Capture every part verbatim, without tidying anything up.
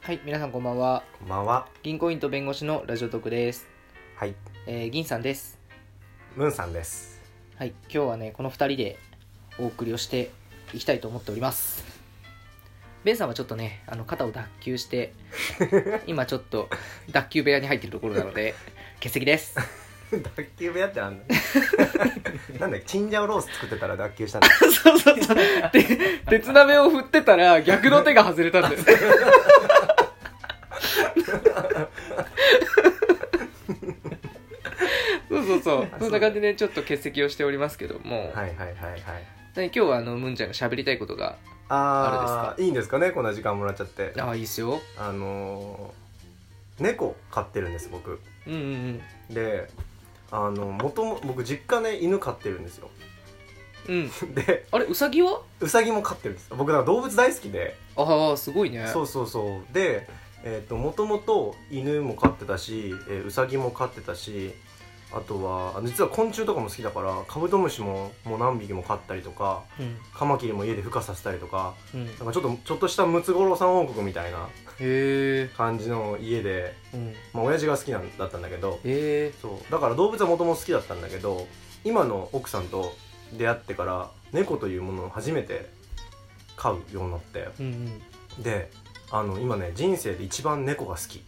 はい、皆さんこんばんは。 こんばんは。 銀行員と弁護士のラジオトークです。 はい、 えー、銀さんです。 ムーンさんです。 はい、今日はねこのふたりでお送りをしていきたいと思っております。ベンさんはちょっとねあの肩を脱臼して今ちょっと脱臼部屋に入っているところなので欠席です。 脱臼部屋ってなんだなんだチンジャオロース作ってたら脱臼したんだそうそうそう。で鉄鍋を振ってたら逆の手が外れたんだよね。そうそうそう。そんな感じでちょっと欠席をしておりますけども。 はいはいはいはい。 今日はあのムンちゃんが喋りたいことがあるですか。いいんですかね、こんな時間もらっちゃって。 ああ、いいっすよ。 あのー、猫飼ってるんです僕。 うんうんうん。で、あの元も僕実家ね犬飼ってるんですよ。 うん。 で、 あれウサギは？ ウサギも飼ってるんです。僕だから動物大好きで。 ああ、すごいね。 そうそうそう。で、えっともともと犬も飼ってたし、えー、ウサギも飼ってたし。あとは実は昆虫とかも好きだからカブトムシももう何匹も飼ったりとか、うん、カマキリも家で孵化させたりとか、うん、なんかちょっとちょっとしたムツゴロウさん王国みたいな感じの家で、うん、まあ親父が好きなんだったんだけど、そうだから動物はもともと好きだったんだけど、今の奥さんと出会ってから猫というものを初めて飼うようになって、うんうん、であの今ね人生で一番猫が好き。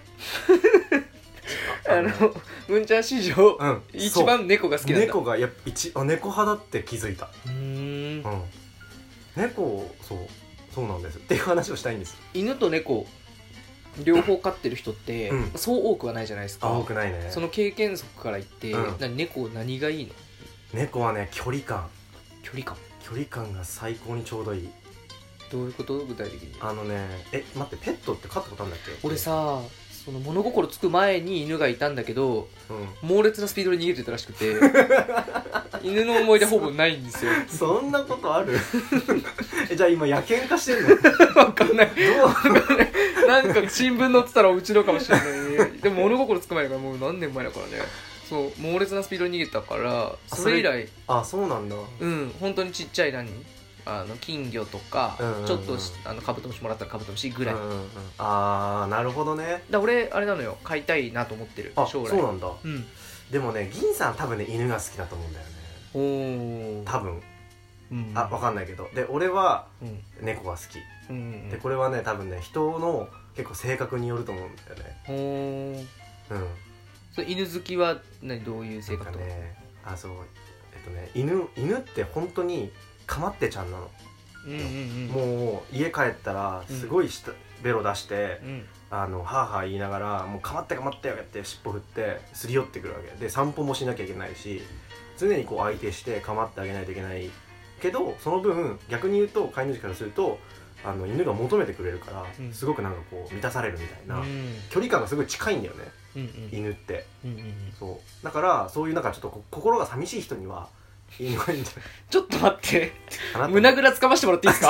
あのムンちゃん史上、うん、一番猫が好きなんだ。 猫がやっぱ一あ猫派だって気づいた。うーん、うん、猫そうそうなんですっていう話をしたいんです。 犬と猫両方飼ってる人って、うん、そう多くはないじゃないですか。 多くないね。 その経験則から言って、うん、何猫何がいいの？ 猫はね距離感距離感距離感が最高にちょうどいい。 どういうこと？具体的に。 あのねえ待ってペットって飼ったことあるんだっけ？ 俺さその物心つく前に犬がいたんだけど、うん、猛烈なスピードで逃げてたらしくて犬の思い出ほぼないんですよ。 そんなことある？えじゃあ今野犬化してんの？ 分かんない。どう分かんない。なんか新聞載ってたらうちのかもしれない、ね、でも物心つく前だからもう何年前だからね。そう猛烈なスピードで逃げてたからそれ以来あそうなんだ。 うん本当にちっちゃい何あの金魚とか、うんうんうん、ちょっとあのカブトムシもらったらカブトムシぐらい、うんうんうん、 ああなるほどね。 だ俺あれなのよ飼いたいなと思ってる将来。 そうなんだ、 うん、 でもね銀さん多分ね犬が好きだと思うんだよね。お多分、うん、あ分かんないけどで俺は猫が好き、うんうん、でこれはね多分ね人の結構性格によると思うんだよね。ほーうんそれ犬好きは何どういう性格とかね。 あそうえっとね犬犬って本当にかまってちゃんなの、うんうんうん、もう家帰ったらすごいした、うん、ベロ出して、うん、あのハーハー言いながらもうかまってかまってよって尻尾振ってすり寄ってくるわけで散歩もしなきゃいけないし常にこう相手してかまってあげないといけないけどその分逆に言うと飼い主からするとあの犬が求めてくれるから、うん、すごくなんかこう満たされるみたいな、うん、距離感がすごい近いんだよね、うんうん、犬って、うんうんうん、そうだからそういうなんかちょっと心が寂しい人にはいいのがいいんじゃない？ ちょっと待って胸ぐらつかましてもらっていいですか？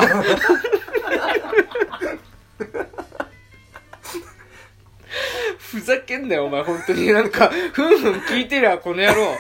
ふざけんなよお前本当になんかふんふん聞いてりゃこの野郎。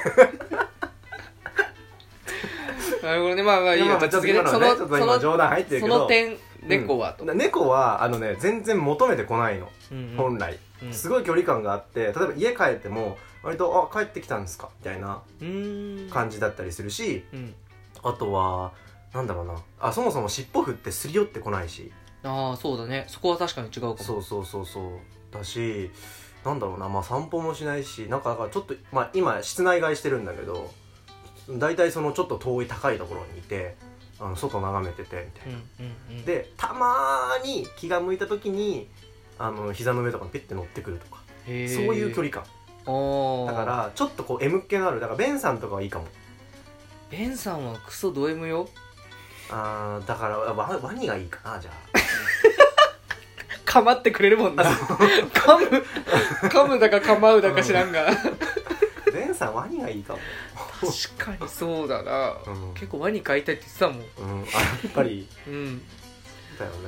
なるほどねまあまあいいよ。 続けてそのその冗談入ってるけどその点猫はと、 うん、猫はあのね全然求めてこないの、うんうん、本来、うん、すごい距離感があって例えば家帰っても割とあ帰ってきたんですかみたいな感じだったりするし、うん、あとはなんだろうなあそもそも尻尾振ってすり寄ってこないし。 ああそうだねそこは確かに違うかも。 そうそうそうそうだしなんだろうなまあ散歩もしないしなんかだからちょっとまあ今室内飼いしてるんだけどだいたいそのちょっと遠い高いところにいてあの外眺めててみたいな、うんうんうん、でたまーに気が向いた時にあの膝の上とかにピッて乗ってくるとかそういう距離感だからちょっとこう M っ気のあるだからベンさんとかはいいかも。 ベンさんはクソド M よ。 あーだからワ, ワニがいいかなじゃあ。 かまってくれるもんな。噛む噛むだかかまうだか知らんが。 ベンさんワニがいいかも。 確かにそうだな、うん、結構ワニ飼いたいって言ってたもん、 うん、あやっぱり、うん、だよね、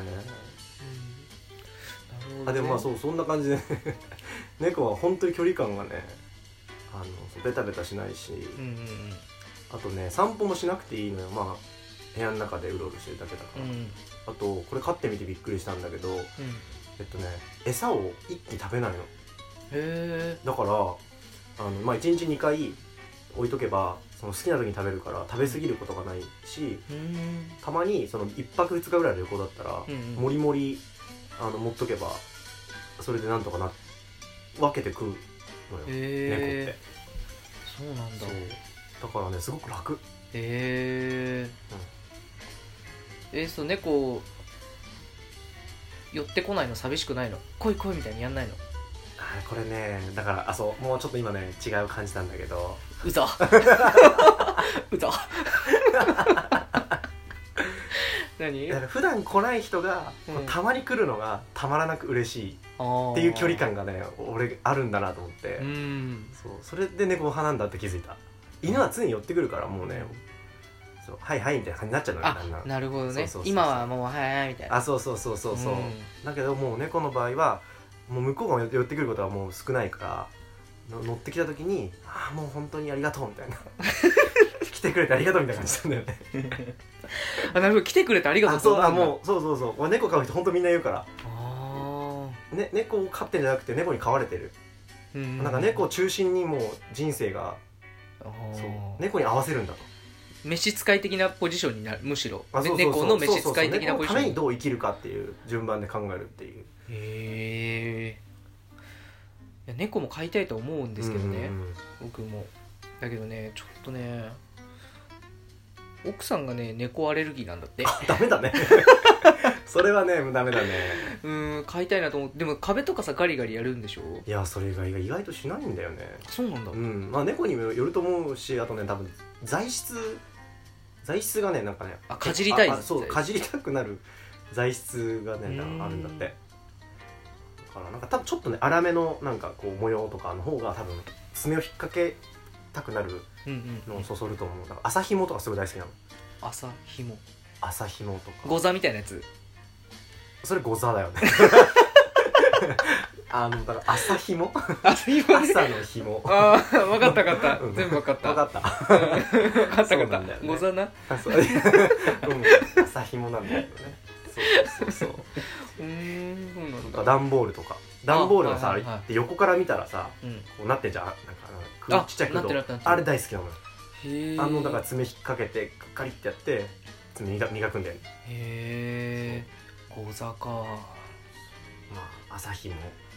うん、あでもまあそうそんな感じで猫は本当に距離感がねあのベタベタしないし、うんうんうん、あとね散歩もしなくていいのよ。まあ部屋の中でうろうろしてるだけだから、うん、あとこれ飼ってみてびっくりしたんだけど、うん、 えっとね餌を一気食べないの。 へだからあの、まあ、いちにちにかい置いとけばその好きな時に食べるから食べ過ぎることがないし、 うん、 たまにそのいっぱくふつかぐらいの旅行だったら、 うんうん、 もりもりあの持っとけばそれでなんとかな分けて食うのよ、 へ猫って。 そうなんだ。 そうだからねすごく楽。 へえ、うん、えー、そう猫寄ってこないの寂しくないの？来い来いみたいにやんないの？ あこれねだからあそうもうちょっと今ね違う感じなんだけどうざうざ何？ だから普段来ない人が、 うん、 たまに来るのがたまらなく嬉しいっていう距離感がね俺あるんだなと思って、 うん、 そうそれで猫派なんだって気づいた。犬は常に寄ってくるからもうね、そうはいはいみたいな感じになっちゃうのよ。 あ、 だんだんなるほどね。 そうそうそうそう今はもうはいはいみたいな。 あそうそうそうそうそう、 うん、 だけどもう猫の場合はもう向こうが寄ってくることはもう少ないからの乗ってきた時にああもう本当にありがとうみたいな来てくれてありがとうみたいな感じなんだよねあ、なるほど、来てくれてありがとうあそうあうもうそうそうそう、猫飼う人本当みんな言うから、 あ、 ね、猫を飼ってんじゃなくて猫に飼われてる、うん、なんか猫を中心にもう人生がそう猫に合わせるんだと、 召使い的なポジションになる、むしろ猫の召使い的なポジション、猫のためにどう生きるかっていう順番で考えるっていう。 へえ。いや猫も飼いたいと思うんですけどね、うんうんうん、僕もだけどねちょっとね奥さんがね猫アレルギーなんだって。 あダメだねそれはねダメだね。 うん飼いたいなと思って。でも壁とかさガリガリやるんでしょ？ いやそれが意外としないんだよね。 そうなんだ。 うんまあ猫にもよると思うし、あとね多分材質材質がねなんかねあかじりたい、 そうかじりたくなる材質がねあるんだって。だからなんか多分ちょっとね粗めのなんかこう模様とかの方が多分爪を引っ掛けたくなるのをそそると思う。だから麻紐とかすごい大好きなの。 麻紐麻紐とかゴザみたいなやつ。 それゴザだよねあのだから朝紐朝紐、ね、 朝の紐。ああ分かった分かった、うん、全部分かった分かった分かった分かった、ね、ゴザなあそう、うん、朝紐なんだけどね。そうそうそううーんそうなんだ。段ボールとか段ボールがさ、はいはいはい、横から見たらさ、うん、こうなってんじゃん、なんかちっちゃい空洞、あれ大好きなのよ。へえ。あのだから爪引っ掛けてカリッてやって爪磨くんだよね。 へえゴザか。まあ朝日も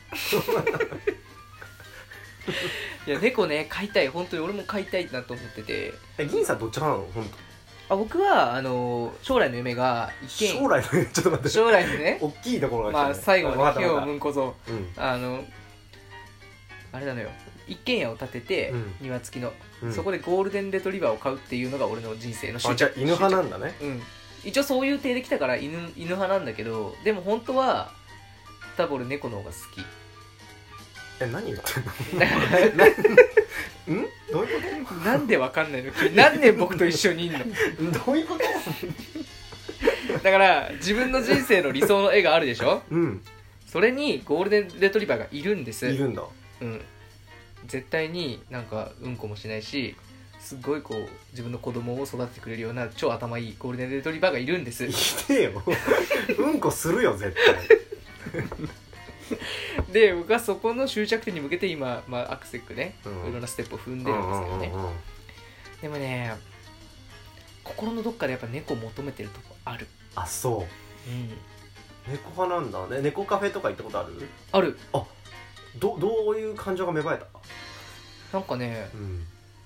いや猫ね飼いたい、本当に俺も飼いたいなと思ってて。 え銀さんどっち派なの？本当。 あ僕はあの将来の夢が一軒将来の夢ちょっと待って将来のね大きいところが来たね、 まあ最後まで火をむんこぞ、 うん、 あのあれなのよ、一軒家を建てて、うん、庭付きの、うん、そこでゴールデンレトリバーを飼うっていうのが俺の人生の執着。あじゃあ犬派なんだね。 うん一応そういう体で来たから 犬, 犬派なんだけど、でも本当は多分俺猫の方が好き。 え何言ってんのんどういうこと？ なんでわかんないの？君何年僕と一緒にいんの？ どういうことだから自分の人生の理想の絵があるでしょ、 うん、 それにゴールデンレトリバーがいるんです。 いるんだ。 うん絶対になんかうんこもしないし、すごいこう自分の子供を育ててくれるような超頭いいゴールデンレトリバーがいるんです。 いてようんこするよ絶対で僕はそこの終着点に向けて今、まあ、アクセックね、うん、いろんなステップを踏んでるんですけどね、うんうんうんうん、でもね心のどっかでやっぱ猫を求めてるとこある。 あそう、うん、猫派なんだね。猫カフェとか行ったことある？ ある。 あ ど, どういう感情が芽生えた？ なんかね、うん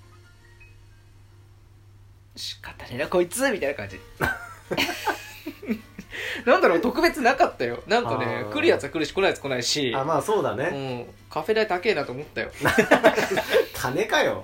仕方ねえなこいつみたいな感じなんだろう特別なかったよ。なんかね来るやつは来るし来ないやつ来ないし。 あまあそうだね、 うん、カフェ代高えなと思ったよ金かよ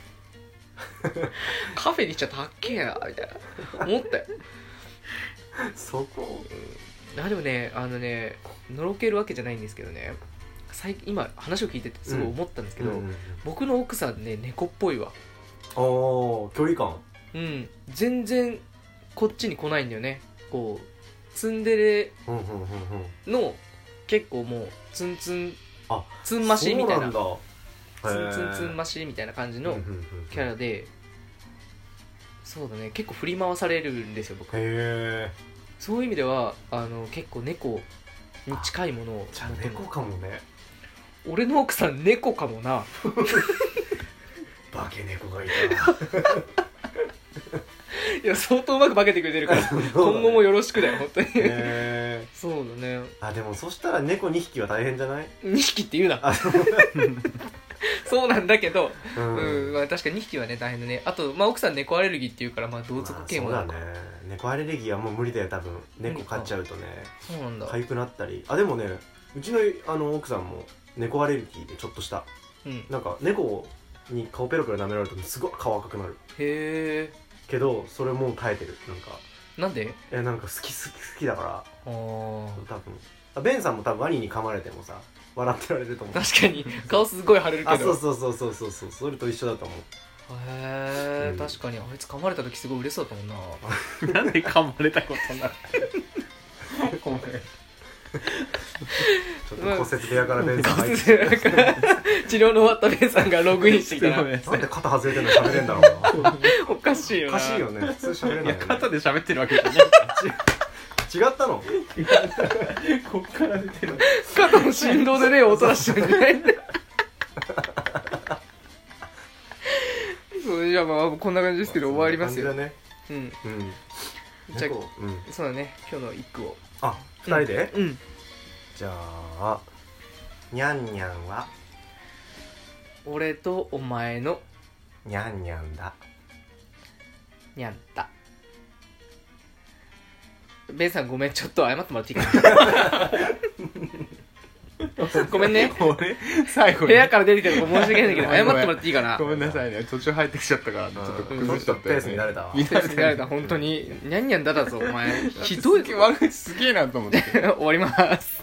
カフェに行っちゃ高えなみたいな思ったよそこ、 うん、あでもねあのねのろけるわけじゃないんですけどね、最近今話を聞いててすごい思ったんですけど、うんうんうんうん、僕の奥さんね猫っぽいわ。 あー距離感うん、全然こっちに来ないんだよね。こうツンデレの結構もうツンツンあツンマシみたいな、 ツンツンツンマシみたいな感じのキャラで、そうだね結構振り回されるんですよ僕。 へそういう意味ではあの結構猫に近いものをじゃあ猫かもね。 俺の奥さん猫かもな化け猫がいたいや相当うまく化けてくれてるから、ね、今後もよろしくだよ本当に、 えー、 そうだね。 あでもそしたら猫にひきは大変じゃない？ にひきって言うなそうなんだけど、うん、うん、まあ、確かににひきはね大変だね。あと、まあ、奥さん猫アレルギーっていうから、まあ、同族嫌悪だ、 まあ、そうだね。猫アレルギーはもう無理だよ多分。猫飼っちゃうとね。 そうなんだ。 痒くなったり。あでもねうちの、あの奥さんも猫アレルギーでちょっとした、うん、なんか猫に顔ペロペロ舐められるとすごい顔赤くなる。 へえ。 けどそれもう耐えてる。なんかなんで？ えなんか好き好き好きだから。ああ多分ベンさんも多分ワニに噛まれてもさ笑ってられると思う。 確かに顔すごい腫れるけどあそうそうそうそうそうそうそれと一緒だと思う。 へえ、うん、確かにあいつ噛まれた時すごい嬉しそうだったもんななんで噛まれたことになるごめんちょっと骨折部屋からベンさん入って治療の終わったベンさんがログインしてきたらなんで肩外れてんの喋れんだろうなおかしいよな。 おかしいよね普通喋れないよね。いや肩で喋ってるわけじゃない違ったのこっから出てる肩の振動でね音出してるんじゃないそうじゃあまあこんな感じですけど終わりますよ。 ね、うん、うん、 じゃあ、うん、そうだね今日の一句をあふたりで、 うん、うん、 じゃあにゃんにゃんは俺とお前のにゃんにゃんだにゃんだ。ベンさんごめんちょっと謝ってもらっていいかなごめんね俺最後に部屋から出てきたとこ申し訳ないんだけど謝ってもらっていいかな。 ごめんなさいね途中入ってきちゃったからちょっと崩しちゃった、 ペースに慣れたわ。 ペースに慣れた本当ににゃんにゃんだだぞお前ひどい悪口すげえなと思って終わります。